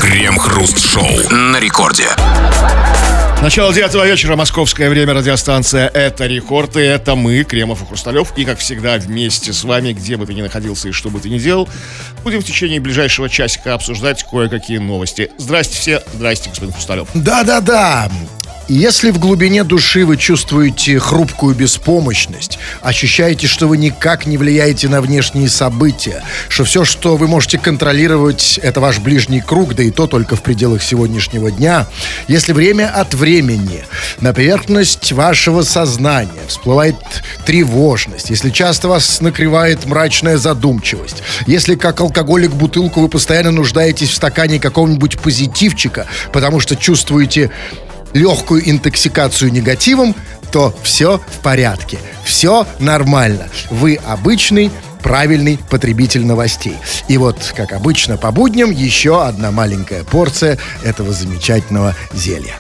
Крем-хруст-шоу на рекорде. Начало 9 вечера, московское время, радиостанция «Это Рекорд», и это мы, Кремов и Хрусталев, и, как всегда, вместе с вами, где бы ты ни находился и что бы ты ни делал, будем в течение ближайшего часика обсуждать кое-какие новости. Здрасте все, здрасте, господин Хрусталев. Да-да-да. Если в глубине души вы чувствуете хрупкую беспомощность, ощущаете, что вы никак не влияете на внешние события, что все, что вы можете контролировать, это ваш ближний круг, да и то только в пределах сегодняшнего дня, если время от времени на поверхность вашего сознания всплывает тревожность, если часто вас накрывает мрачная задумчивость, если как алкоголик бутылку вы постоянно нуждаетесь в стакане какого-нибудь позитивчика, потому что чувствуете легкую интоксикацию негативом, то все в порядке, все нормально. Вы обычный, правильный потребитель новостей. И вот, как обычно, по будням еще одна маленькая порция этого замечательного зелья.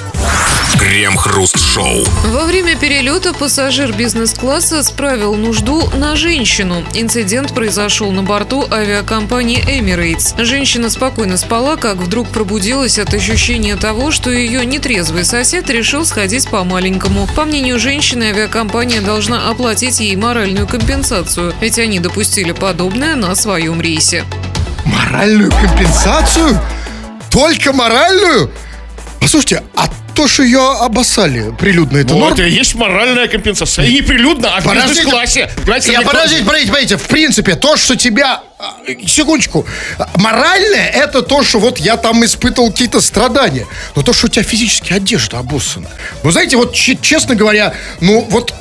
Крем-хруст-шоу. Во время перелета пассажир бизнес-класса справил нужду на женщину. Инцидент произошел на борту авиакомпании Emirates. Женщина спокойно спала, как вдруг пробудилась от ощущения того, что ее нетрезвый сосед решил сходить по-маленькому. По мнению женщины, авиакомпания должна оплатить ей моральную компенсацию, ведь они допустили подобное на своем рейсе. Моральную компенсацию? Только моральную? Послушайте, а то, что ее обоссали прилюдно, это норм? Это и есть моральная компенсация. И не прилюдно, а в бизнес-классе. Подождите, в принципе, то, что тебя... Секундочку. Моральное, это то, что вот я там испытывал какие-то страдания. Но то, что у тебя физически одежда обоссана. Ну, знаете, вот честно говоря, ну, вот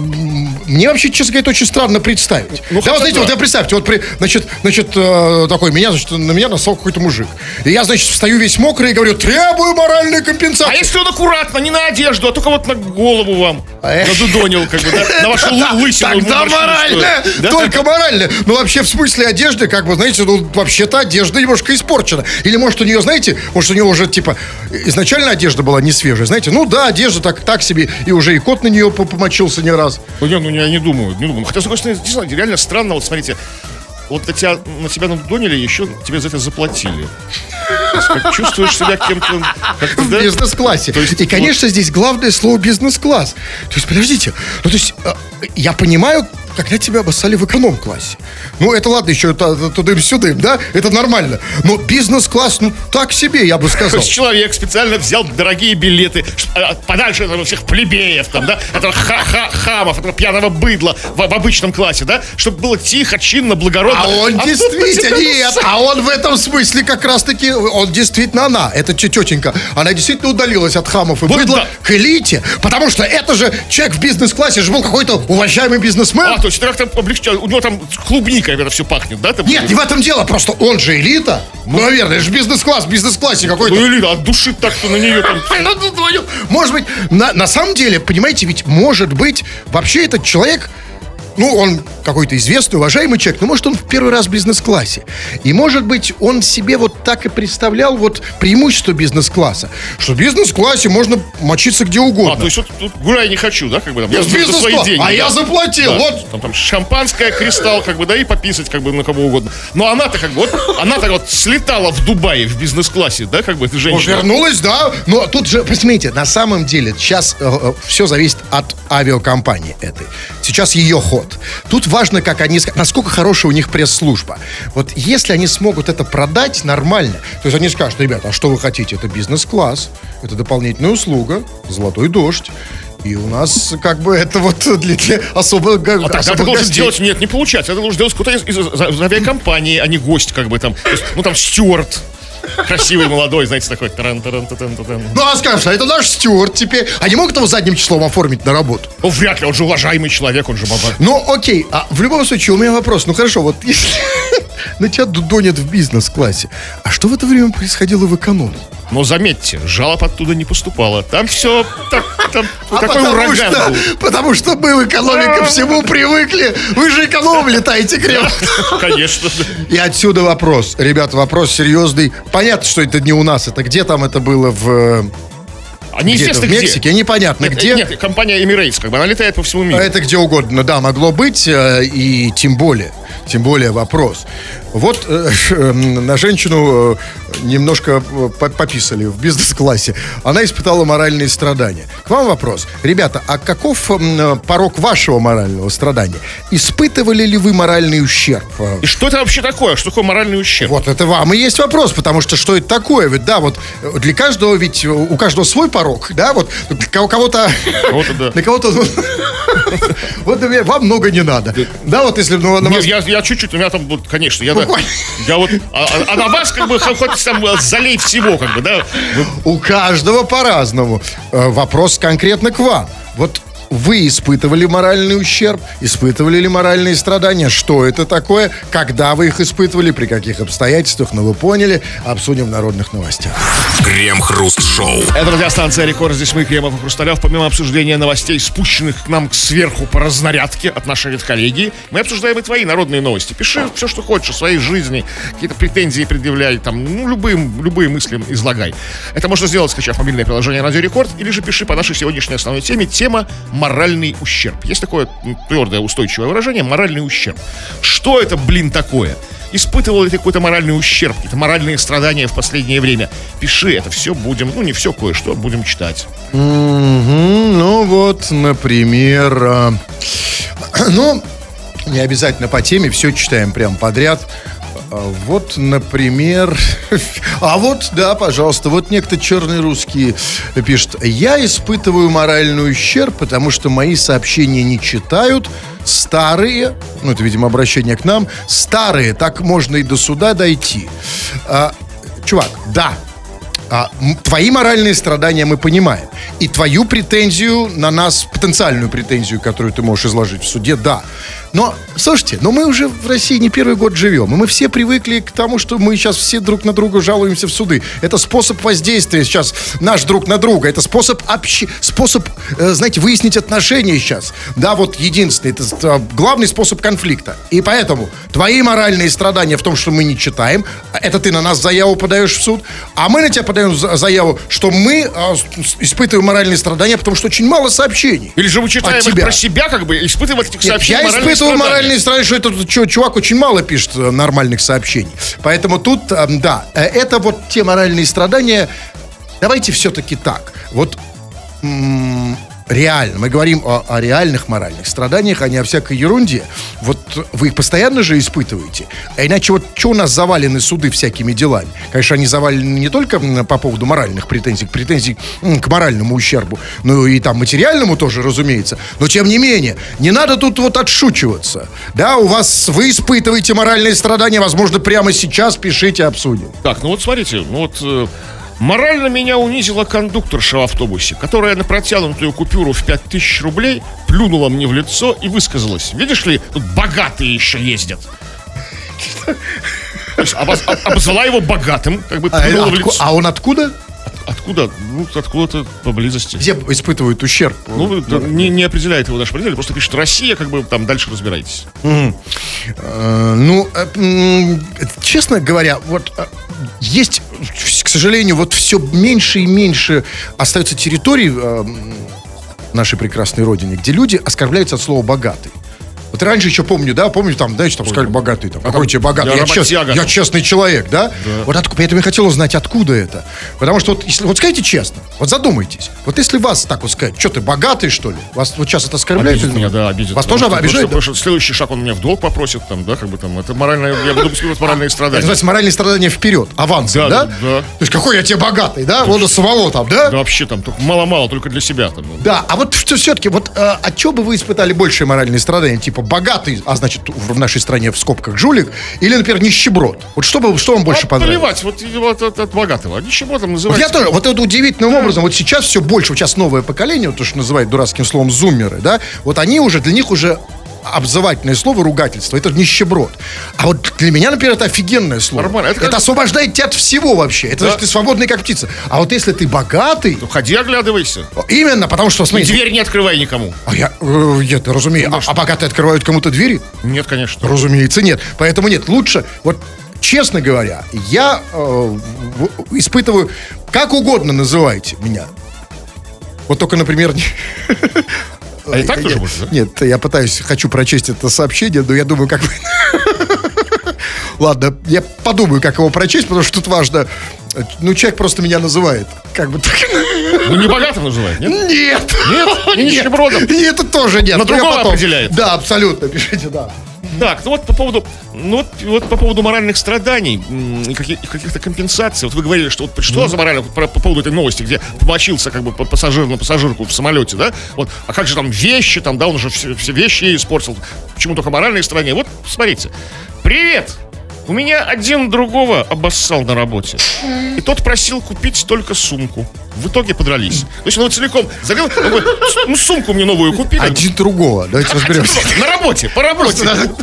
мне вообще, честно говоря, это очень странно представить. Ну, да, вот знаете, вот я представьте, вот, значит, такой, на меня нассал какой-то мужик. И я, значит, встаю весь мокрый и говорю, требую моральной компенсации. А если он аккуратно, не на одежду, а только вот на голову вам надудонил, как бы, да? На вашу лысину. Тогда морально, только морально. Ну, вообще, в смысле одежды, как бы, знаете, ну, вообще-то одежда немножко испорчена. Или, может, у нее, знаете, может, у нее уже, типа, изначально одежда была не свежая, знаете, ну, да, одежда так себе, и уже и кот на нее помочился не раз. Ну, я не думаю. Хотя, с другой стороны, действительно, реально странно, вот, смотрите, вот на тебя надудонили, еще тебе за это заплатили. Как чувствуешь себя кем-то... В бизнес-классе. И, конечно, здесь главное слово «бизнес-класс». То есть, подождите, ну, то есть, я понимаю, когда тебя обоссали в эконом-классе. Ну, это ладно, еще тудым-сюдым, да? Это нормально. Но бизнес-класс, ну, так себе, я бы сказал. Человек специально взял дорогие билеты подальше от всех плебеев, там, да? Этого хамов, этого пьяного быдла в обычном классе, да? Чтобы было тихо, чинно, благородно. А он действительно, нет, а он в этом смысле как раз-таки, он действительно она, эта тетенька, она действительно удалилась от хамов и быдла к элите, потому что это же человек в бизнес-классе же был какой-то уважаемый бизнесмен. То есть как-то облегчает, у него там клубникой это все пахнет, да? Нет, не в этом дело, просто он же элита. Ну, наверное, это же бизнес-класс, в бизнес-классе какой-то. Ну, элита, от души так-то на нее там. Может быть, на самом деле, понимаете, ведь может быть, вообще этот человек... Ну, он какой-то известный, уважаемый человек, но, может, он в первый раз в бизнес-классе. И, может быть, он себе вот так и представлял вот преимущество бизнес-класса, что в бизнес-классе можно мочиться где угодно. То есть вот тут гуляй не хочу, да, как бы там. Я за свои деньги. А я заплатил, да. Вот. Там шампанское, кристалл, как бы, да, и пописать, как бы, на кого угодно. Но она-то, как бы, вот, она-то вот слетала в Дубае в бизнес-классе, да, как бы, эта женщина. Вернулась, да, но тут же, посмотрите, на самом деле, сейчас все зависит от авиакомпании этой. Сейчас ее ход. Тут важно, как они, насколько хорошая у них пресс-служба. Вот если они смогут это продать нормально, то есть они скажут, ребята, а что вы хотите? Это бизнес-класс, это дополнительная услуга, золотой дождь. И у нас как бы это вот для особо... тогда ты должен делать... Нет, не получается. Это должен делать кто-то из авиакомпании, а не гость, как бы там. Ну там стюард. Красивый, молодой, знаете, такой. Ну, а скажешь, а это наш стюард теперь. Они могут его задним числом оформить на работу? Ну, вряд ли, он же уважаемый человек, он же баба. Ну, окей, а в любом случае, у меня вопрос. Ну, хорошо, вот если на тебя дудонят в бизнес-классе, а что в это время происходило в экономе? Но заметьте, жалоб оттуда не поступало. Там все такой ураган был. Потому что мы в экономе ко всему привыкли. Вы же эконом летаете, Крем. Конечно. И отсюда вопрос. Ребята, вопрос серьезный. Понятно, что это не у нас. Это где там это было в... Где-то в Мексике, непонятно где. Нет, компания Emirates, как бы, она летает по всему миру. Это где угодно, да, могло быть, и тем более вопрос. Вот на женщину немножко пописали в бизнес-классе. Она испытала моральные страдания. К вам вопрос. Ребята, а каков порог вашего морального страдания? Испытывали ли вы моральный ущерб? И что это вообще такое? Что такое моральный ущерб? Вот это вам и есть вопрос, потому что что это такое? Ведь, да, вот для каждого, ведь у каждого свой порог, да, вот у кого-то... Да. Для кого-то... Вот вам много не надо. Да, вот если... Я чуть-чуть, у меня там, вот, конечно, я вот... А на вас, как бы, хоть там залей всего, как бы, да? У каждого по-разному. Вопрос конкретно к вам. Вот вы испытывали моральный ущерб? Испытывали ли моральные страдания? Что это такое? Когда вы их испытывали? При каких обстоятельствах? Ну, вы поняли. Обсудим в народных новостях. Крем-хруст-шоу. Это радиостанция «Рекорд». Здесь мы, Кремов и Хрусталев. Помимо обсуждения новостей, спущенных к нам сверху по разнарядке от нашей коллеги, мы обсуждаем и твои народные новости. Пиши все, что хочешь о своей жизни, какие-то претензии предъявляй, там, ну, любые мысли излагай. Это можно сделать, скачав мобильное приложение «Радио Рекорд», или же пиши по нашей сегодняшней основной теме. Тема «Моральный ущерб». Есть такое твердое, устойчивое выражение «моральный ущерб». Что это, такое? Испытывал ли ты какой-то моральный ущерб, какие-то моральные страдания в последнее время? Пиши, это все будем, не все, кое-что будем читать. Ну вот, например, не обязательно по теме, все читаем прям подряд. Вот, например... да, пожалуйста, вот некто черный русский пишет: я испытываю моральный ущерб, потому что мои сообщения не читают старые, это, видимо, обращение к нам, старые, так можно и до суда дойти. Чувак, да, твои моральные страдания мы понимаем. И твою претензию на нас, потенциальную претензию, которую ты можешь изложить в суде, да. Но, слушайте, мы уже в России не первый год живем, и мы все привыкли к тому, что мы сейчас все друг на друга жалуемся в суды. Это способ воздействия сейчас наш друг на друга. Это способ, знаете, выяснить отношения сейчас. Да, вот единственный, это главный способ конфликта. И поэтому твои моральные страдания в том, что мы не читаем, это ты на нас заяву подаешь в суд, а мы на тебя подаем заяву, что мы испытываем моральные страдания, потому что очень мало сообщений. Или же мы читаем их про себя, как бы, испытывать этих сообщений. Я испытывал моральные страдания, что этот чувак очень мало пишет нормальных сообщений. Поэтому тут, да, это вот те моральные страдания. Давайте все-таки так. Вот реально, мы говорим о реальных моральных страданиях, а не о всякой ерунде. Вот вы их постоянно же испытываете. А иначе вот что у нас завалены суды всякими делами? Конечно, они завалены не только по поводу моральных претензий к моральному ущербу, но и там материальному тоже, разумеется. Но тем не менее, не надо тут вот отшучиваться. Да, вы испытываете моральные страдания, возможно, прямо сейчас пишите, обсудим. Так, вот смотрите, морально меня унизила кондукторша в автобусе, которая на протянутую купюру в 5000 рублей плюнула мне в лицо и высказалась: видишь ли, тут богатые еще ездят. То есть обозвала его богатым, как бы плюнула в лицо. А он откуда? Откуда? Откуда-то поблизости. Где испытывают ущерб? Не определяет его даже предел, просто пишет Россия, как бы там дальше разбирайтесь. Честно говоря, вот есть, к сожалению, вот все меньше и меньше остается территорий нашей прекрасной родине, где люди оскорбляются от слова «богатый». Вот раньше еще помню, там, знаете, там сказали богатый, там, какой тебе богатый, я честный человек, да? Вот поэтому я хотел узнать, откуда это. Потому что вот скажите честно, вот задумайтесь, вот если вас так вот сказать, что ты богатый, что ли? Вас вот сейчас это оскорбляет? Обидит меня, да, обидит. Вас тоже обижает? Потому что следующий шаг он меня в долг попросит, там, да, как бы там, это моральное, я буду испытывать моральные страдания. Это называется моральные страдания вперед, авансом, да? Да. То есть какой я тебе богатый, да? Вот самого там, да? Да вообще там, только мало-мало, только для себя там. Да, а вот все-таки, вот от чего бы вы испытали большие моральные страдания? Типа богатый, а значит, в нашей стране в скобках жулик, или, например, нищеброд. Вот что вам больше понравилось? Поливать от богатого. Нищебродом называется. Вот я тоже, вот это удивительным образом, вот сейчас все больше, вот сейчас новое поколение, вот то, что называют дурацким словом зумеры, да, вот они уже, для них уже обзывательное слово, ругательство, это нищеброд. А вот для меня, например, это офигенное слово. Нормально. Это освобождает тебя от всего вообще. Это значит, ты свободный, как птица. А вот если ты богатый... То ходи, оглядывайся. Именно, потому что, смотри... И дверь не открывай никому. Нет, разумеется. А богатые открывают кому-то двери? Нет, конечно. Разумеется, нет. Поэтому нет, лучше... Вот, честно говоря, я испытываю... Как угодно называйте меня. Вот только, например... А и так тоже можно, да? Нет, я хочу прочесть это сообщение, но я думаю, как бы... Ладно, я подумаю, как его прочесть, потому что тут важно. Ну, человек просто меня называет. Как бы так. Ну, не богатым называют, нет? Нет. Нет? Не нищебродом? Это тоже нет. На Ну, я другого потом. определяет. Да, абсолютно, пишите, да. Так, ну вот по поводу моральных страданий и каких-то компенсаций. Вот вы говорили, что вот что за морально по поводу этой новости, где помочился как бы пассажир на пассажирку в самолете, да? Вот, а как же там вещи, там, да, он уже все вещи испортил. Почему только моральные страдания? Вот, смотрите. Привет! У меня один другого обоссал на работе. И тот просил купить только сумку. В итоге подрались. То есть он целиком залил, ну, сумку мне новую купили. Один другого. Давайте разберемся. На работе, по работе.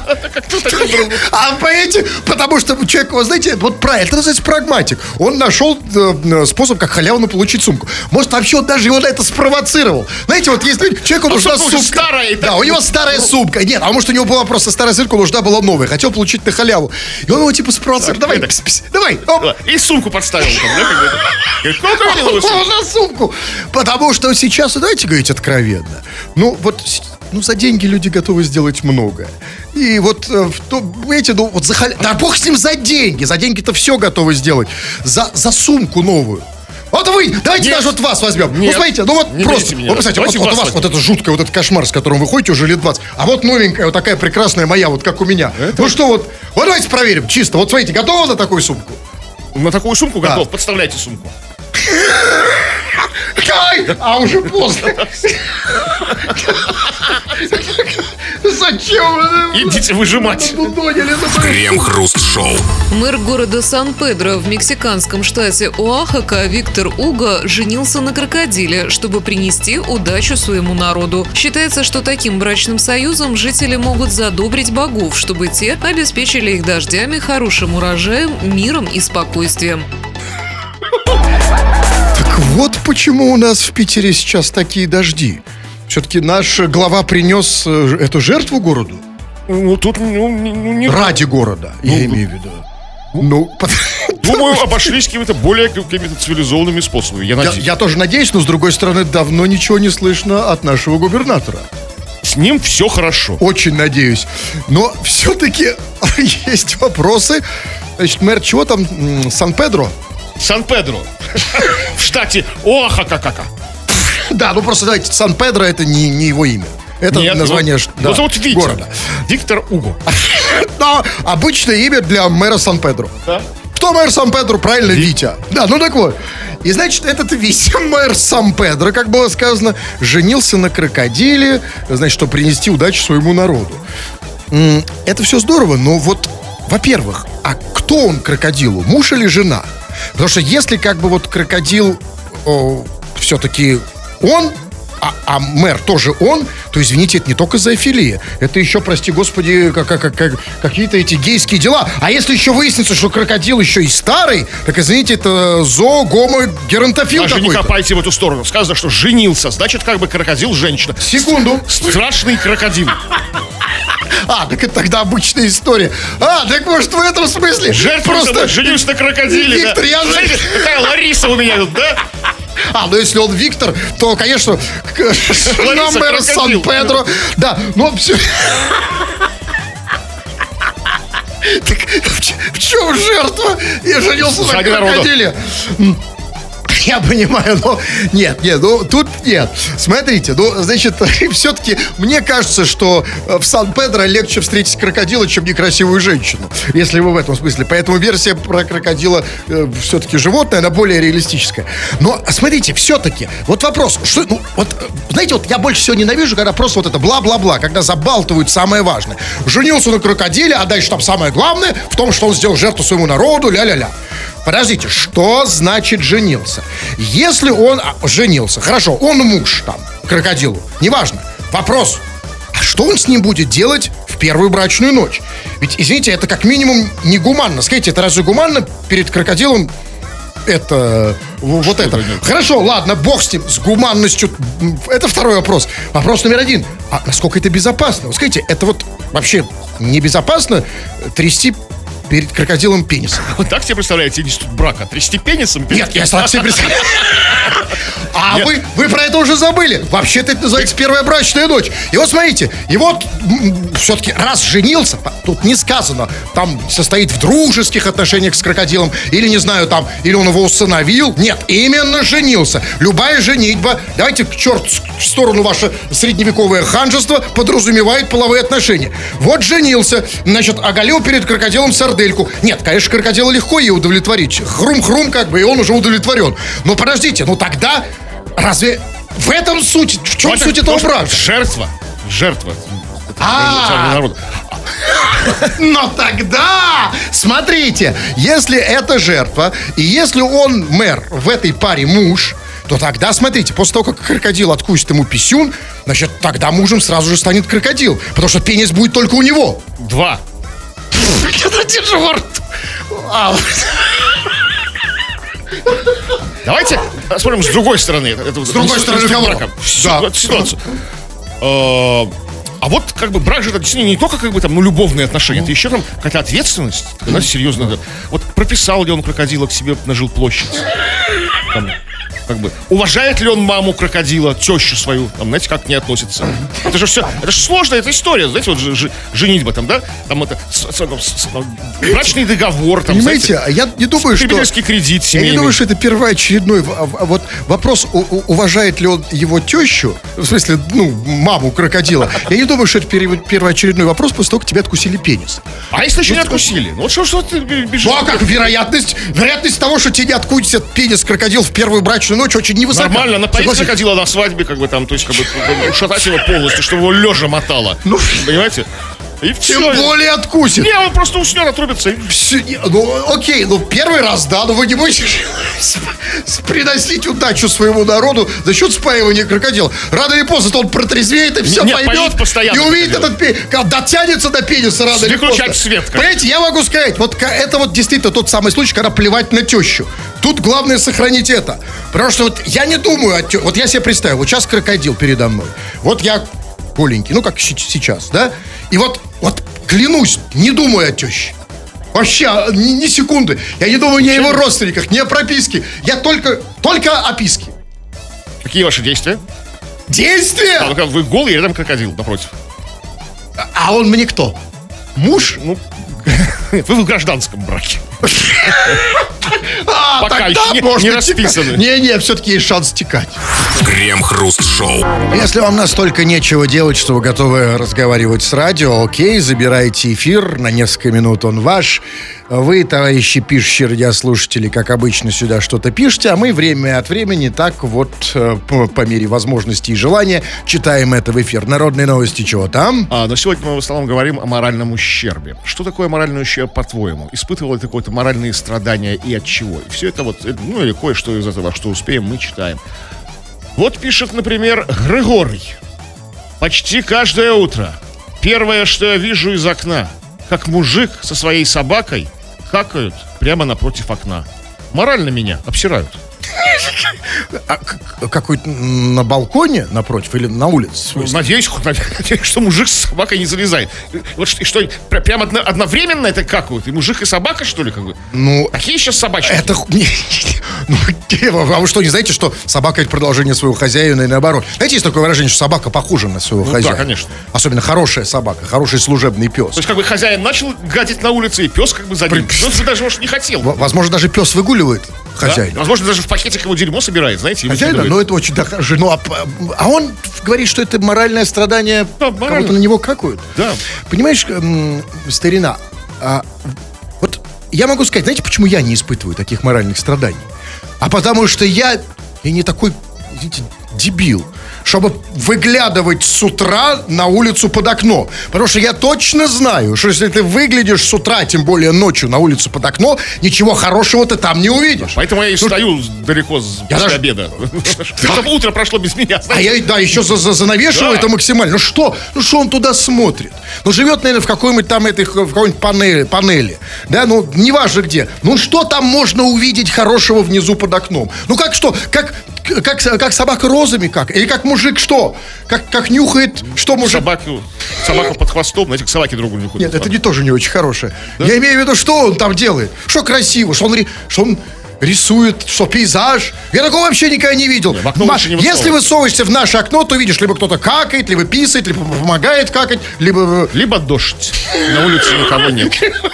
Потому что человек, вы знаете, вот правильно, это называется прагматик. Он нашел способ, как халявно получить сумку. Может, вообще он даже его на это спровоцировал. Знаете, вот если человеку нужна сумка сумка. старая, Да, у него старая сумка. Нет, а может, у него была просто старая сумка, нужна была новая. Хотел получить на халяву. И он его типа спровоцировал. Давай, давай. И сумку подставил там, да, как бы это. Говорит, сколько мне новую сумку? На сумку. Потому что сейчас, давайте говорить откровенно. Ну, вот, ну, за деньги люди готовы сделать многое. И вот, знаете, ну, вот да бог с ним за деньги. За деньги-то все готовы сделать. За сумку новую. Вот вы, давайте даже вот вас возьмем. Нет, ну, смотрите, ну вот просто, меня, вот, представьте, вот у вас вот это жуткое, вот это кошмар, с которым вы ходите уже лет 20. А вот новенькая, вот такая прекрасная моя, вот как у меня. Это... Ну что, вот давайте проверим, чисто. Вот смотрите, готовы на такую сумку? На такую сумку Да. готов, подставляйте сумку. А уже поздно. Зачем? Идите выжимать. Крем-хруст-шоу. Мэр города Сан-Педро в мексиканском штате Оахака Виктор Уго женился на крокодиле, чтобы принести удачу своему народу. Считается, что таким брачным союзом жители могут задобрить богов, чтобы те обеспечили их дождями, хорошим урожаем, миром и спокойствием. Так вот почему у нас в Питере сейчас такие дожди. Все-таки наш глава принес эту жертву городу. Ну, тут не... Ради города, я имею в виду. Ну, Думаю, обошлись какими-то более цивилизованными способами. Я надеюсь. я тоже надеюсь, но с другой стороны, давно ничего не слышно от нашего губернатора. С ним все хорошо. Очень надеюсь. Но все-таки есть вопросы. Значит, мэр чего там? Сан-Педро? Сан-Педро. В штате Оахака. Да, ну просто давайте, Сан-Педро это не его имя. Это Нет, название его зовут Витя. города. Виктор Уго. Но обычное имя для мэра Сан-Педро. Да? Кто мэр Сан-Педро? Правильно, Витя. Да, ну так вот. И значит, этот Витя, мэр Сан-Педро, как было сказано, женился на крокодиле, значит, чтобы принести удачу своему народу. Это все здорово, но вот, во-первых, а кто он крокодилу? Муж или жена? Потому что если как бы вот крокодил все-таки он, а мэр тоже он, то, извините, это не только зоофилия. Это еще, прости господи, какие-то эти гейские дела. А если еще выяснится, что крокодил еще и старый, так, извините, это геронтофил Даже какой-то. не копайте в эту сторону. Сказано, что женился. Значит, как бы крокодил женщина. Секунду. Страшный крокодил. Так это тогда обычная история. Так может в этом смысле? Жертва просто женился на крокодиле. Виктор, да. я же... Смотрите, какая Лариса у меня тут, да? Ну если он Виктор, то, конечно, жена мэра крокодил. Сан-Педро. Да, но все... Так в чем жертва? Я женился на Ради народа. крокодиле. Я понимаю, но нет, ну тут нет. Смотрите, ну, значит, все-таки мне кажется, что в Сан-Педро легче встретить крокодила, чем некрасивую женщину, если вы в этом смысле. Поэтому версия про крокодила все-таки животное, она более реалистическая. Но смотрите, все-таки, вот вопрос, что, ну, вот, знаете, вот я больше всего ненавижу, когда просто вот это бла-бла-бла, когда забалтывают самое важное. Женился на крокодиле, а дальше там самое главное в том, что он сделал жертву своему народу, ля-ля-ля. Подождите, что значит женился? Если он женился, хорошо, он муж там, крокодилу, неважно. Вопрос, а что он с ним будет делать в первую брачную ночь? Ведь, извините, это как минимум негуманно. Скажите, это разве гуманно перед крокодилом? Это, вот это. Хорошо, ладно, бог с ним, с гуманностью. Это второй вопрос. Вопрос номер один. А насколько это безопасно? Вот скажите, это вот вообще небезопасно трясти перед крокодилом пенисом? Вот так себе представляете институт брака? Трясти пенисом? Нет, я так себе представляю. А вы про это уже забыли. Вообще-то это называется первая брачная ночь. И вот смотрите, и вот все-таки раз женился, тут не сказано, там состоит в дружеских отношениях с крокодилом, или не знаю, там, или он его усыновил. Нет, именно женился. Любая женитьба, давайте к черту в сторону ваше средневековое ханжество, подразумевает половые отношения. Вот женился, значит, оголил перед крокодилом сардельку. Нет, конечно, крокодила легко ей удовлетворить. Хрум-хрум как бы, и он уже удовлетворен. Но подождите, ну тогда разве в этом суть? В чем суть этого брака? Жертва. Но тогда, смотрите, если это жертва, и если он, мэр, в этой паре муж, то тогда, смотрите, после того, как крокодил откусит ему писюн, значит, тогда мужем сразу же станет крокодил, потому что пенис будет только у него. 2. Давайте посмотрим с другой стороны. С другой стороны кого? Ситуацию. А вот как бы брак же это действительно не только как бы там, любовные отношения, это еще там какая-то ответственность, когда серьезно. Вот прописал ли он крокодила к себе на жилплощадь? Там, как бы, уважает ли он маму крокодила, тещу свою, там, знаете, как к ней относится? Это же все, это же сложная эта история, знаете, вот женитьба там, да? Там это, брачный договор, там, понимаете, знаете, я не думаю, что... потребительский кредит семейный. Я не думаю, что это первоочередной вот вопрос, уважает ли он его тещу, в смысле, маму крокодила. Я не думаю, что это первоочередной вопрос после того, как тебя откусили пенис. А если еще не откусили? Ну вот что ты бежишь? Ну а как вероятность того, что тебе не откусят пенис крокодил в первую брачную ночь, очень невысока. Нормально, напоить крокодила на свадьбе, как бы там, то есть, как бы, шатать его полностью, чтобы его лежа мотало. Понимаете? И все. Тем более откусит. Не, он просто уснет, отрубится. Окей, первый раз, да, но вы не будете приносить удачу своему народу за счет спаивания крокодила. Рано или поздно он протрезвеет и все поймет. И увидит этот пенис, дотянется до пениса рано или поздно. Выключать свет. Понимаете, я могу сказать, вот это вот действительно тот самый случай, когда плевать на тещу. Тут главное сохранить это. Потому что вот я не думаю, вот я себе представил, вот сейчас крокодил передо мной. Вот я голенький, как сейчас, да? И вот клянусь, не думаю о теще. Вообще, ни секунды. Я не думаю ни о его родственниках, ни о прописке. Я только о писке. Какие ваши действия? Действия? Вы голый, и рядом крокодил напротив. А он мне кто? Муж? Вы в гражданском браке. Пока тогда еще не расписаны. Не, все-таки есть шанс текать. Крем-хруст-шоу. Если вам настолько нечего делать, что вы готовы разговаривать с радио, окей, забирайте эфир, на несколько минут он ваш. Вы, товарищи пишущие радиослушатели, как обычно, сюда что-то пишете, а мы время от времени так вот, по мере возможности и желания, читаем это в эфир. Народные новости, чего там? Но сегодня мы в основном говорим о моральном ущербе. Что такое моральный ущерб, по-твоему? Испытывал ли ты какое-то моральные страдания и от чего? И все это вот, или кое-что из этого, что успеем, мы читаем. Вот пишет, например, Григорий. Почти каждое утро первое, что я вижу из окна, как мужик со своей собакой какают прямо напротив окна. Морально меня обсирают. Какой-то на балконе напротив или на улице? Надеюсь, что мужик с собакой не залезает. Вот что, прямо одновременно это какают? И мужик, и собака, что ли, как бы? Какие сейчас собачки? Это... А вы что, не знаете, что собака — это продолжение своего хозяина и наоборот? Знаете, есть такое выражение, что собака похожа на своего хозяина? Да, конечно. Особенно хорошая собака, хороший служебный пес. То есть, как бы хозяин начал гадить на улице, и пес как бы за ним. Пес даже, может, не хотел. Возможно, даже пес выгуливает хозяина. Да? Возможно, даже в пакетик его дерьмо собирает, знаете. Хозяина, но это очень дохоже. А он говорит, что это моральное страдание, кого-то на него какают. Да. Понимаешь, старина, вот я могу сказать, знаете, почему я не испытываю таких моральных страданий? А потому что я не такой, извините, дебил, чтобы выглядывать с утра на улицу под окно. Потому что я точно знаю, что если ты выглядишь с утра, тем более ночью на улицу под окно, ничего хорошего ты там не увидишь. Поэтому я и стою далеко после обеда. Чтобы утро прошло без меня. А я, еще занавешиваю это максимально. Ну что он туда смотрит? Живет, наверное, в какой-нибудь там в какой-нибудь панели. Да, неважно где. Что там можно увидеть хорошего внизу под окном? Как собака розами как? Или как мужик что? Как нюхает, что мужик? Собаку под хвостом, знаете, к собаке другу нюхает. Нет, это тоже не очень хорошее. Да? Я имею в виду, что он там делает? Что красиво, что он рисует, что, пейзаж? Я такого вообще никогда не видел. В окно лучше не Если высовываешься в наше окно, то видишь, либо кто-то какает, либо писает, либо помогает какать, либо... Либо дождь. На улице никого нет.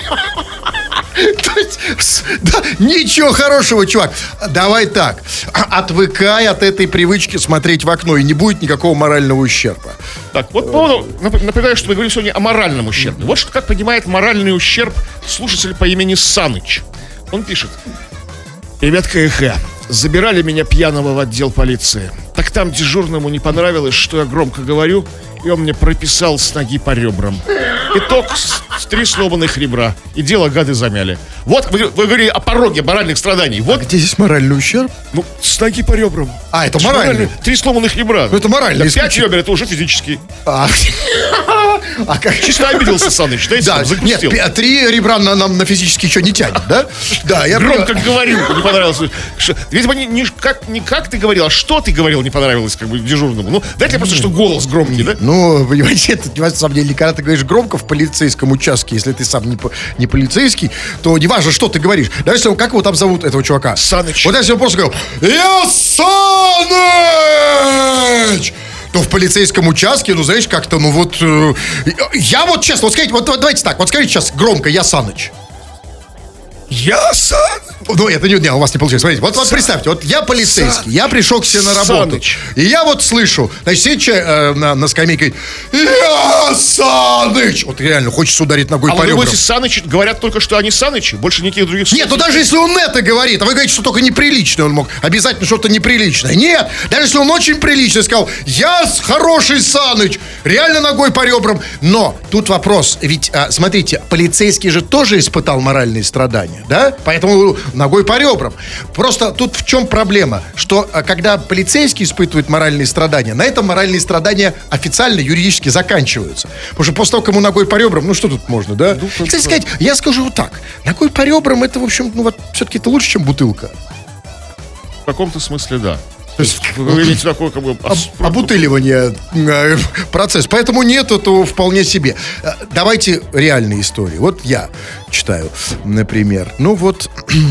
То есть, да, ничего хорошего, чувак. Давай так. Отвыкай от этой привычки смотреть в окно, и не будет никакого морального ущерба. Так, вот по поводу, напоминаю, что мы говорим сегодня о моральном ущербе. Вот что как понимает моральный ущерб слушатель по имени Саныч. Он пишет: «Ребят КХ, забирали меня пьяного в отдел полиции. Так там дежурному не понравилось, что я громко говорю, и он мне прописал с ноги по ребрам. Итог: 3 сломанных ребра. И дело гады замяли». Вот вы говорили о пороге моральных страданий. Вот, Где здесь моральный ущерб? ну, с ноги по ребрам. А, это моральный. 3 сломанных ребра. Ну, это моральный. 5 ребер, это уже физический. А как... Чисто обиделся Саныч, да, Да, если нет, загрустил. 3 ребра на физически еще не тянет, да? Да, я Громко говорил, не понравилось. Видимо, не как ты говорил, а что ты говорил, не понравилось как бы дежурному. Ну, дайте просто, что голос громкий, да? Ну, понимаете, это на самом деле, когда ты говоришь громко в полицейском участке, если ты сам не полицейский, то неважно, что ты говоришь. Даже если, как его там зовут, этого чувака? Саныч. Вот если он просто говорил: «Я Саныч!», то в полицейском участке, ну, знаешь, как-то, ну, вот... я вот, честно, вот скажите, вот давайте так, вот скажите сейчас громко: «Я Саныч». Я Саныч. Ну, это не, у вас не получилось. Смотрите, вот представьте, вот я полицейский, я пришел к себе на работу, Саныч. и я вот слышу, значит, сидит человек на скамейке, говорит: «Я Саныч!». Вот реально хочется ударить ногой А по вы ребрам. думаете, Саныч говорят только, что они Санычи? Больше никаких других слов? Нет, ну даже если он это говорит, а вы говорите, что только неприличное он мог, обязательно что-то неприличное. Нет, даже если он очень прилично сказал: «Я хороший Саныч», реально ногой по ребрам. Но тут вопрос, ведь, смотрите, полицейский же тоже испытал моральные страдания, да? Поэтому ногой по ребрам. Просто тут в чем проблема? Что когда полицейский испытывает моральные страдания, на этом моральные страдания официально, юридически заканчиваются. Потому что после того, кому ногой по ребрам, ну что тут можно, да? Кстати сказать, я скажу вот так. Ногой по ребрам, это, в общем, ну вот все-таки это лучше, чем бутылка. В каком-то смысле, да. То есть Вы видите такой, как бы... обутыливание процесс. Поэтому нет, это вполне себе. Давайте реальные истории. Вот я читаю, например. Ну вот,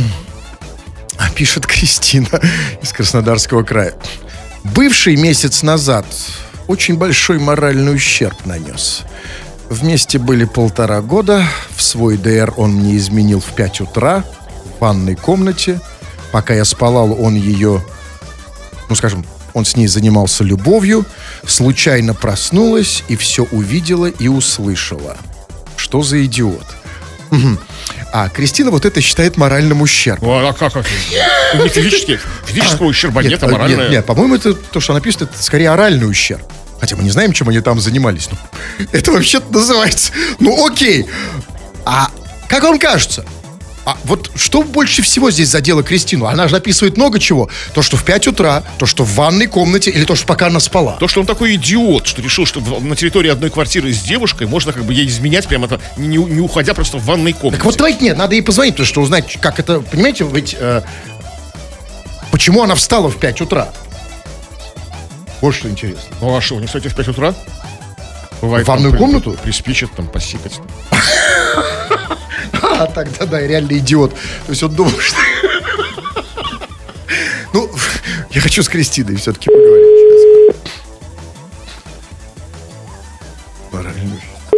пишет Кристина из Краснодарского края. Бывший месяц назад очень большой моральный ущерб нанес. Вместе были 1,5 года. В свой ДР он мне изменил в 5 утра в ванной комнате. Пока я спалал, он ее... Ну, скажем, он с ней занимался любовью, случайно проснулась и все увидела и услышала. Что за идиот? Мгм. А Кристина вот это считает моральным ущербом. А как? Не физического ущерба нет, а моральное. Нет, по-моему, это то, что она пишет, это скорее оральный ущерб. Хотя мы не знаем, чем они там занимались. Но это вообще-то называется... Ну, окей. А как вам кажется? А вот что больше всего здесь задело Кристину? Она же описывает много чего. То, что в 5 утра, то, что в ванной комнате, или то, что пока она спала. То, что он такой идиот, что решил, что на территории одной квартиры с девушкой можно как бы ей изменять прямо это, не уходя просто в ванной комнате. Так вот давайте, нет, надо ей позвонить, потому что узнать, как это, понимаете, ведь почему она встала в 5 утра? Вот что интересно. Ну а что, не кстати, в 5 утра? Бывает, В ванную комнату? Приспичит, там, посикать. А, тогда да, реально идиот. То есть он думал, что... Ну, я хочу с Кристиной все-таки поговорить сейчас. Морально.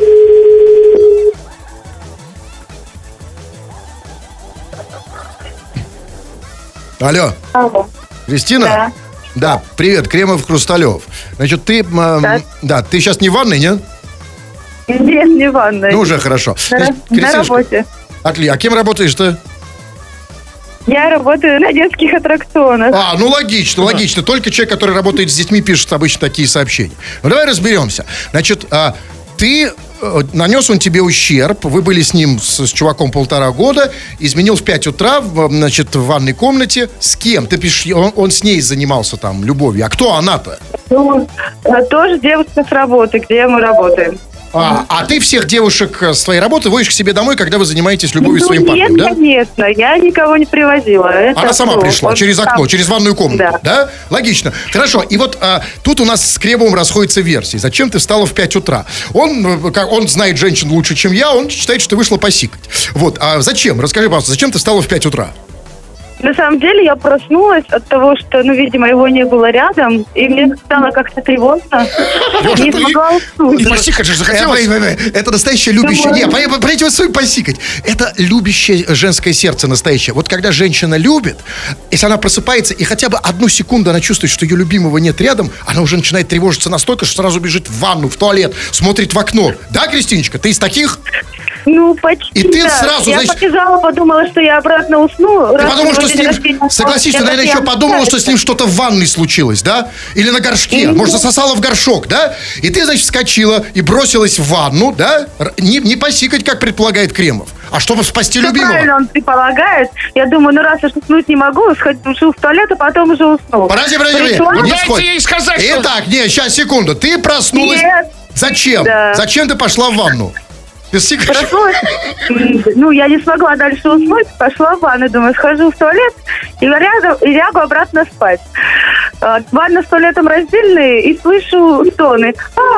Алло. Алло. Кристина? Да. Да, привет, Кремов, Хрусталев. Значит, ты, да, ты сейчас не в ванной, нет? Нет, не в ванной. Ну, уже хорошо. На Кристинушка, работе. Отлично. А кем работаешь-то? Я работаю на детских аттракционах. А, ну логично, логично. Только человек, который работает с детьми, пишет обычно такие сообщения. Ну, давай разберемся. Значит, ты... Нанес он тебе ущерб, вы были с ним, с чуваком 1,5 года, изменил в 5 утра, значит, в ванной комнате. С кем? Ты пишешь, он с ней занимался там любовью. А кто она-то? Ну, тоже девушка с работы, где мы работаем. А ты всех девушек с твоей работы водишь к себе домой, когда вы занимаетесь любовью с своим парнем, нет, да? конечно, я никого не привозила. Это Она сама пришла он через окно, сам. через ванную комнату, да? Логично. Хорошо, и вот тут у нас с Кремовым расходятся версии. Зачем ты встала в 5 утра? Он знает женщин лучше, чем я, он считает, что ты вышла посикать. Вот, а зачем? Расскажи, пожалуйста, зачем ты встала в 5 утра? На самом деле я проснулась от того, что, видимо, его не было рядом, и мне стало как-то тревожно. Лёша, Не ты смогла уснуть. И посикать же захотелось. Это настоящее любящее... Не, понимаете, вот свой посикать. Это любящее женское сердце настоящее. Вот когда женщина любит, если она просыпается, и хотя бы одну секунду она чувствует, что ее любимого нет рядом, она уже начинает тревожиться настолько, что сразу бежит в ванну, в туалет, смотрит в окно. Да, Кристиночка, ты из таких? Почти. И ты да. сразу, я значит... побежала, подумала, что я обратно усну. Ты подумал, что с ним... Согласись, ты, наверное, еще подумала, что с ним что-то в ванной случилось, да? Или на горшке. Может, засосала в горшок, да? И ты, значит, вскочила и бросилась в ванну, да? Не посикать, как предполагает Кремов, а чтобы спасти любимого. Правильно он предполагает. Я думаю, раз уж уснуть не могу, схожу в туалет, а потом уже усну. Подожди. Пришла? Не Дайте сходь. ей сказать, что... Итак, сейчас, секунду. Ты проснулась... Нет. Зачем? Да. Зачем ты пошла в ванну? Ты сикаешь? Проснулась. Я не смогла дальше уснуть, пошла в ванну, думаю, схожу в туалет и лягу обратно спать. Ванна с туалетом раздельные, и слышу стоны.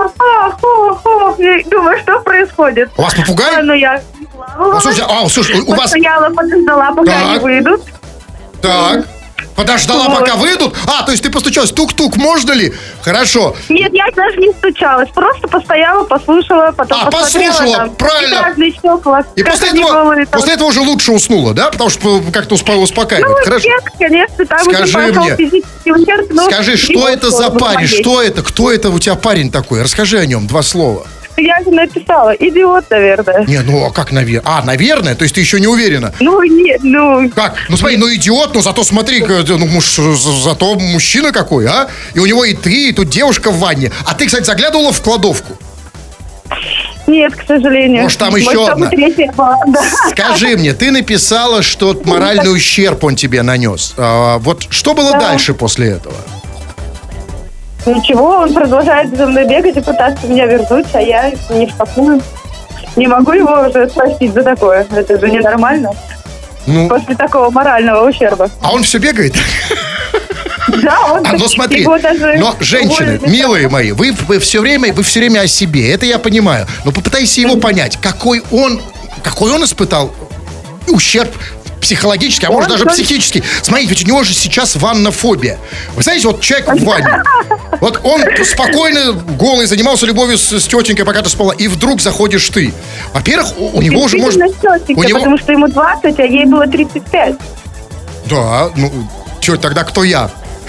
И думаю, что происходит? У вас попугай? Я Слушай, у вас... постояла, подождала, пока Так. они выйдут. Так. Подождала, Вот. пока выйдут? То есть ты постучалась. Тук-тук, можно ли? Хорошо. Нет, я даже не стучалась, просто постояла, послушала, потом посмотрела. послушала, там, правильно. разные стекла, И как после они этого голые, уже лучше уснула, да? Потому что как-то успокаивает. Хорошо. нет, конечно, там Скажи уже пошел мне, физический ущерб, но Скажи, что его это за сложно парень? смотреть. Что это? Кто это у тебя парень такой? Расскажи о нем, 2 слова. Я же написала, идиот, наверное. Не, а как наверное? Наверное? То есть ты еще не уверена? Нет, Как? Смотри, идиот, но зато смотри, зато мужчина какой, а? И у него и ты, и тут девушка в ванне. А ты, кстати, заглядывала в кладовку? нет, к сожалению. Может, там еще там одна? и третья была, да. Скажи мне, ты написала, что моральный ущерб он тебе нанес. Вот что было Да. дальше после этого? Ничего, он продолжает за мной бегать и пытаться меня вернуть, а я не впахну. Не могу его уже простить за такое. Это же ненормально. После такого морального ущерба. А он все бегает? Да, он... Но смотри, его даже но женщины, уволили. милые мои, вы все время о себе, это я понимаю. Но попытайся его понять, какой он испытал ущерб психологический, а может даже психический. Смотрите, ведь у него же сейчас ваннофобия. Вы знаете, вот человек в ванне, вот он спокойно голый занимался любовью с тетенькой, пока ты спала, и вдруг заходишь ты. Во-первых, у него уже может... Потому что ему 20, а ей было 35. Да, что, тогда кто я?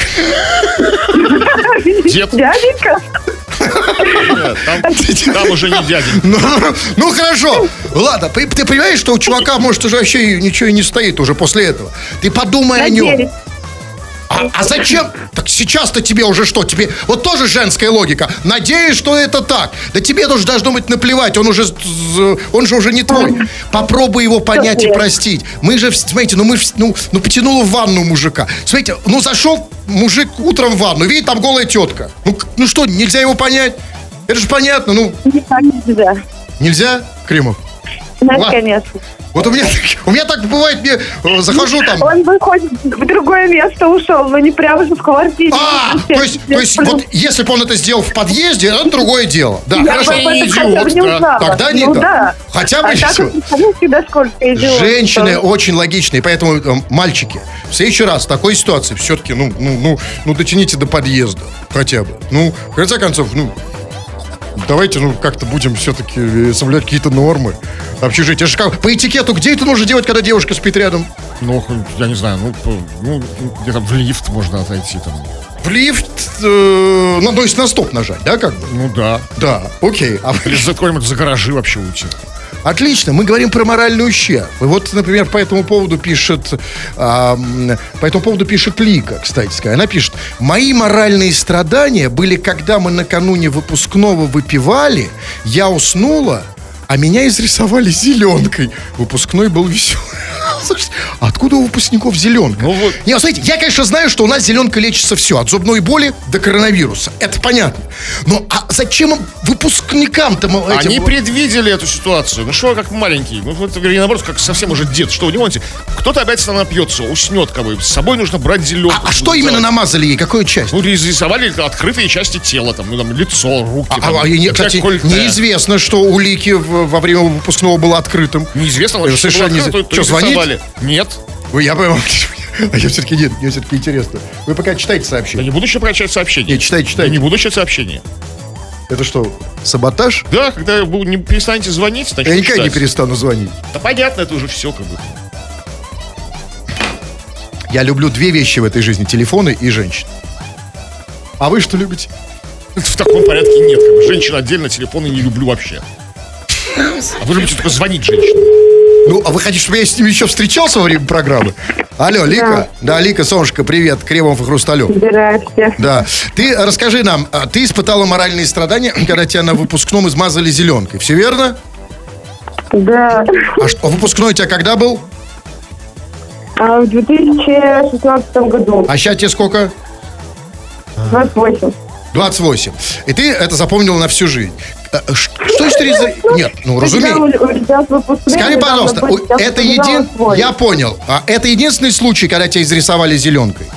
Дед. Дяденька? Там уже не дяденька. Ну хорошо. Ладно, ты понимаешь, что у чувака, может, уже вообще ничего и не стоит уже после этого. Ты подумай о нем. Надеюсь. А зачем? Так сейчас-то тебе уже что? Тебе вот тоже женская логика. Надеюсь, что это так. Да тебе тоже должно быть наплевать. Он же уже не твой. Попробуй его понять и простить. Мы же, смотрите, потянуло в ванну мужика. Смотрите, зашел мужик утром в ванну, видит, там голая тетка. Ну что, нельзя его понять? Это же понятно, Нельзя. Нельзя, Кремов? Нет, Ладно. конечно. Вот у меня так бывает, захожу там. Он выходит в другое место, ушел, но не прямо же в квартире. То есть, вот если бы он это сделал в подъезде, это другое дело. Да, Я хорошо. бы об этом Не хотя бы идиот, не да. узнала. Тогда не так. Да. Хотя бы а так всё. вот представляете, да, сколько идиотов. Женщины очень логичные, поэтому, мальчики, в следующий раз в такой ситуации все-таки, дотяните до подъезда хотя бы. В конце концов, давайте, как-то будем все-таки соблюдать какие-то нормы общежития. По этикету, где это нужно делать, когда девушка спит рядом? Я не знаю, где-то в лифт можно отойти там. В лифт, то есть на стоп нажать, да, как бы? Да. Да, окей. Или за какой-нибудь за гаражи вообще уйти. Отлично, мы говорим про моральный ущерб. И вот, например, по этому поводу пишет Лика, кстати сказать. Она пишет: мои моральные страдания были, когда мы накануне выпускного выпивали, я уснула, а меня изрисовали зеленкой. Выпускной был веселый. Слушайте, откуда у выпускников зеленка? Не, смотрите, я, конечно, знаю, что у нас зеленка лечится все, от зубной боли до коронавируса. Это понятно. Но зачем выпускникам-то этим? Они предвидели эту ситуацию. Что, как маленький. Наоборот, как совсем уже дед. Что у него, кто-то обязательно напьется, уснет, с собой нужно брать зеленку. А что именно намазали ей? Какую часть? Рисовали открытые части тела, лицо, руки. Кстати, неизвестно, что у Лики во время выпускного было открытым. Неизвестно, совершенно неизвестно. Что, звонить? Нет. Я понимаю. А я все-таки нет, мне все-таки интересно. Вы пока читайте Я сообщение. не буду еще прочитать сообщение. Нет, читайте, Я читайте. не буду читать сообщение. Это что, саботаж? Да, когда вы не перестанете звонить, значит, Я никогда не читать. перестану звонить. Да понятно, это уже все как бы. Я люблю две вещи в этой жизни: телефоны и женщин. А вы что любите? В таком порядке нет. Как бы. Женщин отдельно, телефоны не люблю вообще. А вы любите только звонить женщинам. Ну, а вы хотите, чтобы я с ними еще встречался во время программы? Алло, Лика? Да, Лика, солнышко, привет. Кремов и Хрусталев. Здрасте. Да. Ты расскажи нам, ты испытала моральные страдания, когда тебя на выпускном измазали зеленкой. Все верно? Да. А выпускной у тебя когда был? В 2016 году. А сейчас тебе сколько? 28. 28. И ты это запомнила на всю жизнь. Что значит Нет, ну разумеется. Скажи, пожалуйста, Я понял. А это единственный случай, когда тебя изрисовали зеленкой?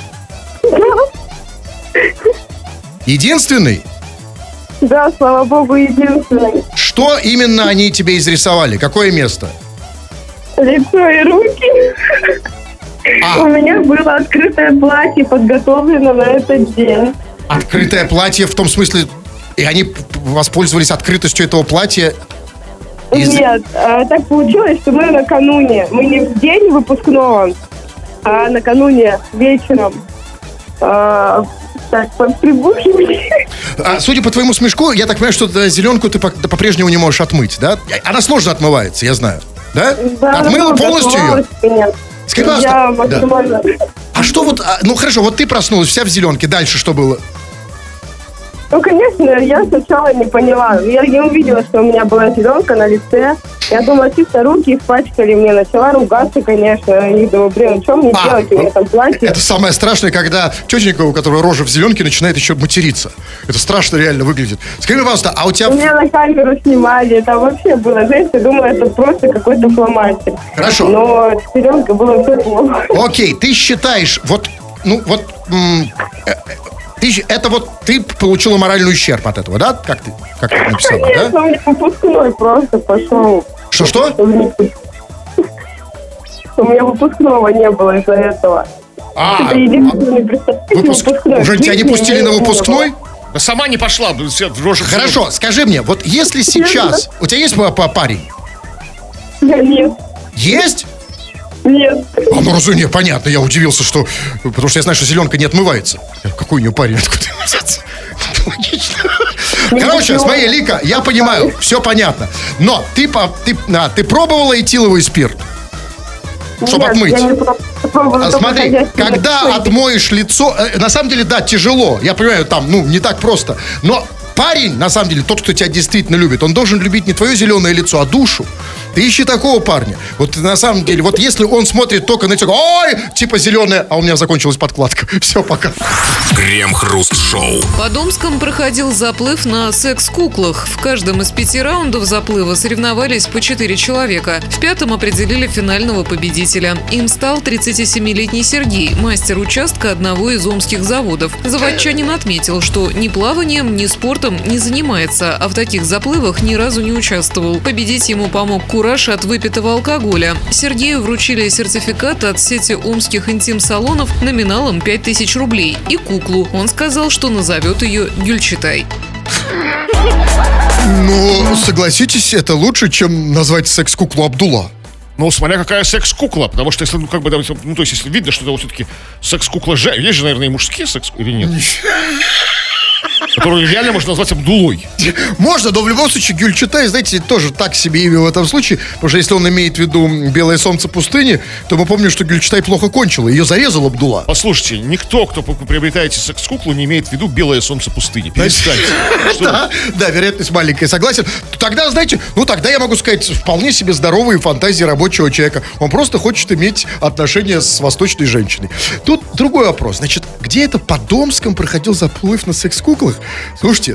Единственный? Да, слава богу, единственный. Что именно они тебе изрисовали? Какое место? Лицо и руки. У меня было открытое платье, подготовлено на этот день. Открытое платье в том смысле... И они воспользовались открытостью этого платья? Нет, так получилось, что мы накануне, мы не в день выпускного, а накануне вечером так прибухивали. Судя по твоему смешку, я так понимаю, что зеленку ты по-прежнему не можешь отмыть, да? Она сложно отмывается, я знаю. Да? Да, отмыла полностью ее? Нет. Скажи, Я пожалуйста. максимально... А что вот... Ну хорошо, вот ты проснулась вся в зеленке. Дальше что было? Ну, конечно, я сначала не поняла. Я не увидела, что у меня была зеленка на лице. Я думала, чисто руки испачкали мне. Начала ругаться, конечно. И думаю, блин, что мне делать? У меня там платье. Это самое страшное, когда тетенька, у которой рожа в зеленке, начинает еще материться. Это страшно реально выглядит. Скажи, пожалуйста, а у тебя... У меня на камеру снимали. Там вообще было, знаете, я думала, это просто какой-то фломастер. Хорошо. Но с зеленкой было все плохо. Окей, ты считаешь, ты получила моральный ущерб от этого, да? Как ты написала, Конечно, да? у меня выпускной просто пошел. Что? У меня выпускного не было из-за этого. Это единственный выпускной. Уже тебя не пустили на выпускной? Да сама не пошла. Рожа. Хорошо, скажи мне, вот если сейчас... У тебя есть парень? Нет. Есть? Нет. Ну, разумеется, понятно, я удивился, что... Потому что я знаю, что зеленка не отмывается. Какой у нее парень, откуда взяться? Логично. Короче, смотри, Лика, я понимаю, все понятно. Но ты пробовала этиловый спирт? Чтобы отмыть? Я не пробовала. Смотри, когда отмоешь лицо... На самом деле, да, тяжело. Я понимаю, там, не так просто. Но парень, на самом деле, тот, кто тебя действительно любит, он должен любить не твое зеленое лицо, а душу. Ты ищи такого парня. Вот на самом деле, вот если он смотрит только на тебя, ой, типа зеленое, а у меня закончилась подкладка. Все, пока. Крем-хруст-шоу. Под Омском проходил заплыв на секс-куклах. В каждом из 5 раундов заплыва соревновались по 4 человека. В 5-м определили финального победителя. Им стал 37-летний Сергей, мастер участка одного из омских заводов. Заводчанин отметил, что ни плаванием, ни спортом не занимается, а в таких заплывах ни разу не участвовал. Победить ему помог кураж от выпитого алкоголя. Сергею вручили сертификат от сети омских интим-салонов номиналом 5000 рублей и куклу. Он сказал, что назовет ее Гюльчатай. Ну, согласитесь, это лучше, чем назвать секс-куклу Абдулла. Ну, смотря какая секс-кукла, потому что если, то есть, если видно, что это вот все-таки секс-кукла есть же, наверное, и мужские секс-куклы, или нет? Которую реально можно назвать Абдулой. Можно, но в любом случае Гюльчатай, знаете, тоже так себе имя в этом случае, потому что если он имеет в виду белое солнце пустыни, то мы помним, что Гюльчатай плохо кончила, ее зарезал Абдулла. Послушайте, никто, кто приобретаете секс-куклу, не имеет в виду белое солнце пустыни. Перестаньте. Да, вероятность маленькая, согласен. Тогда, знаете, тогда я могу сказать, вполне себе здоровые фантазии рабочего человека. Он просто хочет иметь отношения с восточной женщиной. Тут другой вопрос. Значит, где это под Омском проходил заплыв на секс-куклах? Слушайте,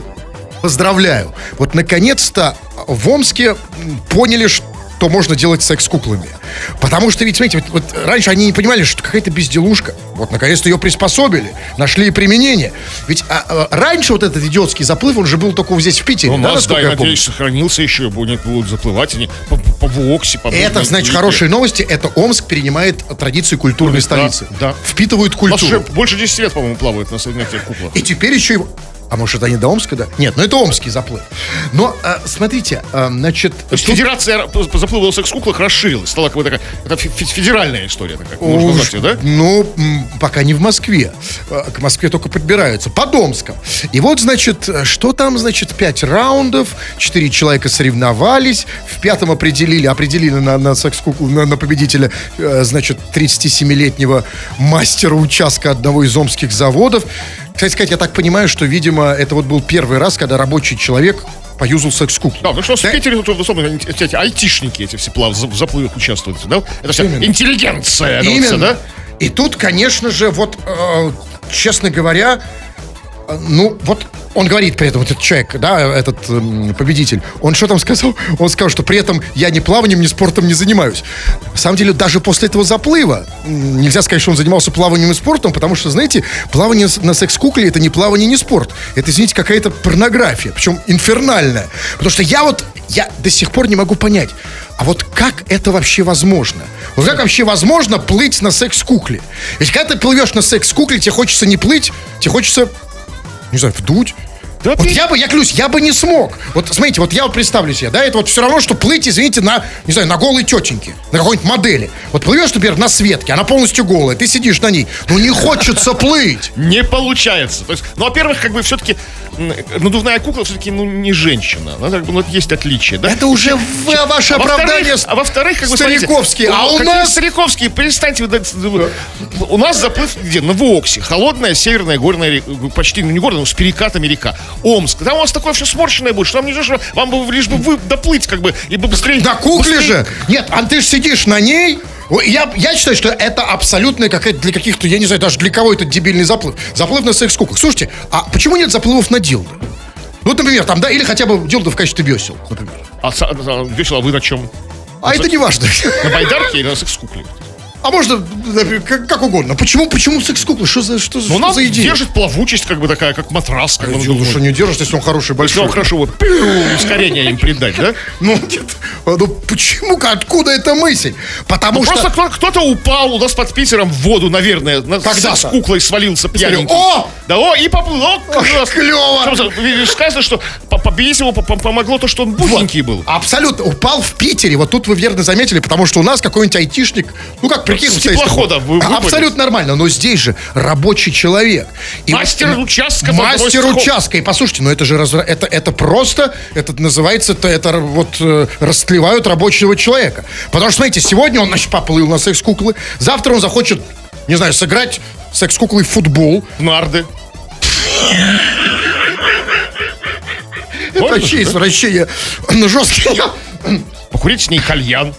поздравляю. Вот наконец-то в Омске поняли, что можно делать секс с куклами. Потому что, ведь, смотрите, вот раньше они не понимали, что какая-то безделушка. Вот, наконец-то ее приспособили, нашли применение. Ведь раньше вот этот идиотский заплыв, он же был только здесь, в Питере. У нас, насколько да, я я помню? надеюсь, сохранился еще, будут заплывать они по Воксе, по Это, значит, хорошие новости. Это Омск перенимает традиции культурной столицы. да. Впитывают У нас уже культуру. больше 10 лет, по-моему, плавают на этих куклах. И теперь еще его... А может, это не до Омска, да? Нет, ну это омский заплыв. Но, смотрите, значит... То есть федерация по заплыву в секс-куклах расширилась. Стала какая-то такая... Это федеральная история такая. Можно назвать ее, да? Ну, пока не в Москве. К Москве только подбираются. Под Омском. И вот, значит, что там, значит, 5 раундов, 4 человека соревновались, в 5-м определили на секс-куклу, на победителя, значит, 37-летнего мастера участка одного из омских заводов. Кстати сказать, я так понимаю, что, видимо, это вот был первый раз, когда рабочий человек поюзал секс-куклу. Да, потому что в Питере тут, особенно эти айтишники, эти все в заплывах участвуют, да? Это вся Именно. интеллигенция, Именно. да? И тут, конечно же, вот, честно говоря, ну, вот он говорит при этом, вот этот человек, да, этот победитель, он что там сказал? Он сказал, что при этом я ни плаванием, ни спортом не занимаюсь. На самом деле, даже после этого заплыва нельзя сказать, что он занимался плаванием и спортом, потому что, знаете, плавание на секс-кукле — это не плавание, не спорт. Это, извините, какая-то порнография, причем инфернальная. Потому что я до сих пор не могу понять, а вот как это вообще возможно? Вот как вообще возможно плыть на секс-кукле? Ведь когда ты плывешь на секс-кукле, тебе хочется не плыть, тебе хочется, не знаю, вдуть. Да, Вот я клянусь, я бы не смог. Вот смотрите, вот я вот представлю себе, да, это вот все равно, что плыть, извините, не знаю, на голой тетеньке, на какой-нибудь модели. Вот плывешь, например, на Светке, она полностью голая, ты сидишь на ней, ну не хочется плыть. Не получается. То есть, ну, во-первых, как бы все-таки надувная кукла все-таки, ну, не женщина. Ну, как бы, ну, есть отличие, да? Это уже ваше оправдание во-вторых, как бы, стариковские. смотрите, А у какие нас... стариковские, перестаньте. У нас заплыв где? На Воксе. Холодная, северная, горная, почти, ну, не горная, но с перекатами река. Омск. Там у вас такое все сморщенное будет, что вам не нужно, вам бы лишь бы вы доплыть, как бы, и бы быстрее. На кукле же? Нет, ты же сидишь на ней. Я считаю, что это абсолютно какая-то для каких-то, я не знаю, даже для кого это дебильный заплыв. Заплыв на секс-куклах. Слушайте, а почему нет заплывов на дилдо? Ну, вот, например, там, да, или хотя бы дилдо в качестве весел, например. Весело, а вы на чем? А это не важно. На байдарке или на секс-кукле? А можно как угодно. Почему секс-кукла? Что за Ну, она идея? держит плавучесть, как бы такая, как матрас. Как бы, Что не держишь, если он хороший, если большой? он хорошо вот ускорение им придать, да? Ну, нет. Ну, почему? Откуда эта мысль? Потому Ну, что... просто кто-то упал у нас под Питером в воду, наверное, Когда-то. с куклой свалился пьяненький. О! Да, и поплыл. О, класс. Клево! Сказано, что победить его помогло то, что он бухенький был. Абсолютно. Упал в Питере. Вот тут вы верно заметили, потому что у нас какой-нибудь айтишник, ну как, прикинь, С теплохода выпали. абсолютно нормально. Но здесь же рабочий человек. И Мастер участка. Мастер участка. И послушайте, ну это же это просто, это называется, это вот растлевают рабочего человека. Потому что, смотрите, сегодня он, значит, поплыл на секс-куклы, завтра он захочет, не знаю, сыграть секс-куклой в футбол. Нарды. Это вообще извращение. Ну, жесткие. Покурить с ней кальян.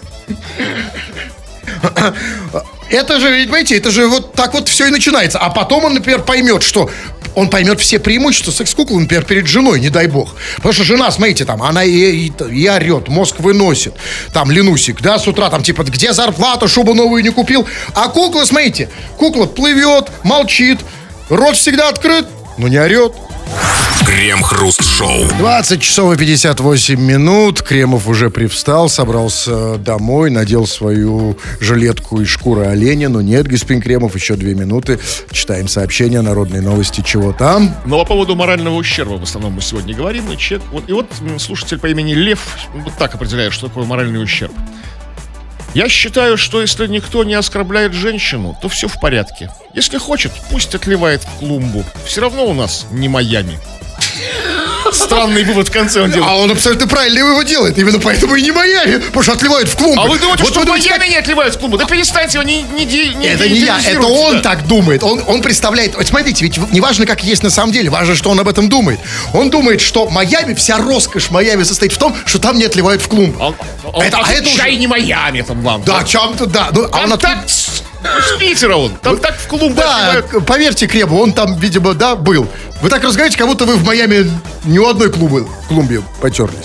Это же, ведь, понимаете, это же вот так вот все и начинается. А потом он, например, поймет, что он поймет все преимущества секс-куклы, например, перед женой, не дай бог. Потому что жена, смотрите, там, она и орет, мозг выносит. Там, Ленусик, да, с утра, там, типа, где зарплата, шубу новую не купил. А кукла, смотрите, кукла плывет, молчит, рот всегда открыт, но не орет. Крем-хруст-шоу. 20 часов и 58 минут. Кремов уже привстал, собрался домой, надел свою жилетку из шкуры оленя. Но нет, господин Кремов, еще 2 минуты. Читаем сообщения, народные новости, чего там. Но по поводу морального ущерба в основном мы сегодня говорим. И вот слушатель по имени Лев вот так определяет, что такое моральный ущерб. Я считаю, что если никто не оскорбляет женщину, то все в порядке. Если хочет, пусть отливает в клумбу. Все равно у нас не Майами. Странный вывод в конце он делает. А он абсолютно правильный вывод делает. Именно поэтому и не Майами, потому что отливают в клумбы. А вы думаете, Вот что вы в думаете, Майами не отливают в клумбу? Да перестаньте его, Это не я, это он так думает. Он представляет. Вот смотрите, ведь не важно, как есть на самом деле, важно, что он об этом думает. Он думает, что Майами, вся роскошь Майами состоит в том, что там не отливают в клумбу. Это чай не Майами там вам. Да, чем-то, да. Ну, а он Там так с Питера он. Там так в клумбу Да, отливают. поверьте Кребу, он там, видимо, да, был. Вы так разговариваете, как будто вы в Майами ни у одной клумбе потерлись.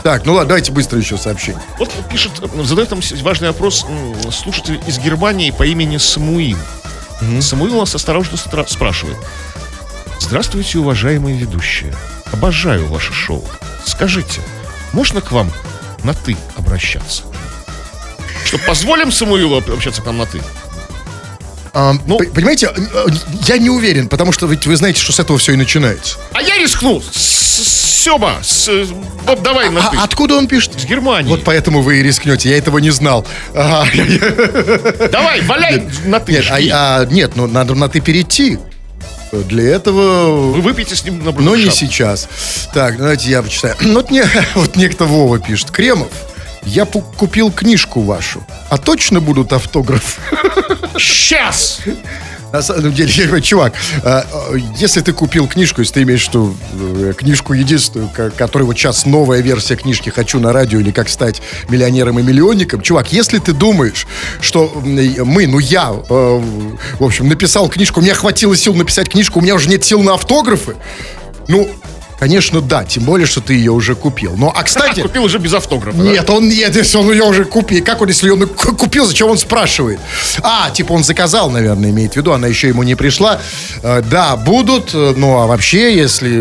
Так, ну ладно, давайте быстро еще сообщение. Вот пишет, задает нам важный вопрос слушатель из Германии по имени Самуил. Самуил нас осторожно спрашивает. Здравствуйте, уважаемые ведущие. Обожаю ваше шоу. Скажите, можно к вам на «ты» обращаться? Что, позволим Самуилу общаться к нам на «ты»? Понимаете, я не уверен, потому что ведь вы знаете, что с этого все и начинается. А я рискну. Сёма, вот давай на «ты». Откуда он пишет? Из Германии. Вот поэтому вы и рискнете, я этого не знал. Давай, валяй на «ты». Нет, ну надо на «ты» перейти. Для этого... Вы выпьете с ним на брудершафт. Но не сейчас. Так, давайте я почитаю. Вот некто Вова пишет. Кремов, я купил книжку вашу. А точно будут автографы? Сейчас! На самом деле, чувак, если ты купил книжку, если ты имеешь в виду книжку единственную, которая вот сейчас новая версия книжки «Хочу на радио» или «Как стать миллионером и миллионником», чувак, если ты думаешь, что я, в общем, написал книжку, у меня хватило сил написать книжку, у меня уже нет сил на автографы, конечно, да, тем более, что ты ее уже купил. Кстати... Купил уже без автографа, Нет, если он ее уже купил. Как он, если он купил, зачем он спрашивает? Он заказал, наверное, имеет в виду, она еще ему не пришла. Да, будут, вообще, если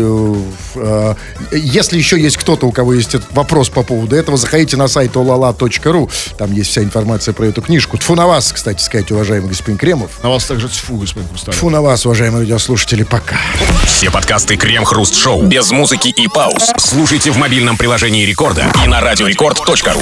еще есть кто-то, у кого есть вопрос по поводу этого, заходите на сайт olala.ru, там есть вся информация про эту книжку. Тьфу на вас, кстати сказать, уважаемый господин Кремов. На вас также тьфу, господин Хрусталев. Тьфу на вас, уважаемые радиослушатели, пока. Все подкасты Крем-Хруст Шоу без музыки и пауз слушайте в мобильном приложении Рекорда и на радиорекорд.ру.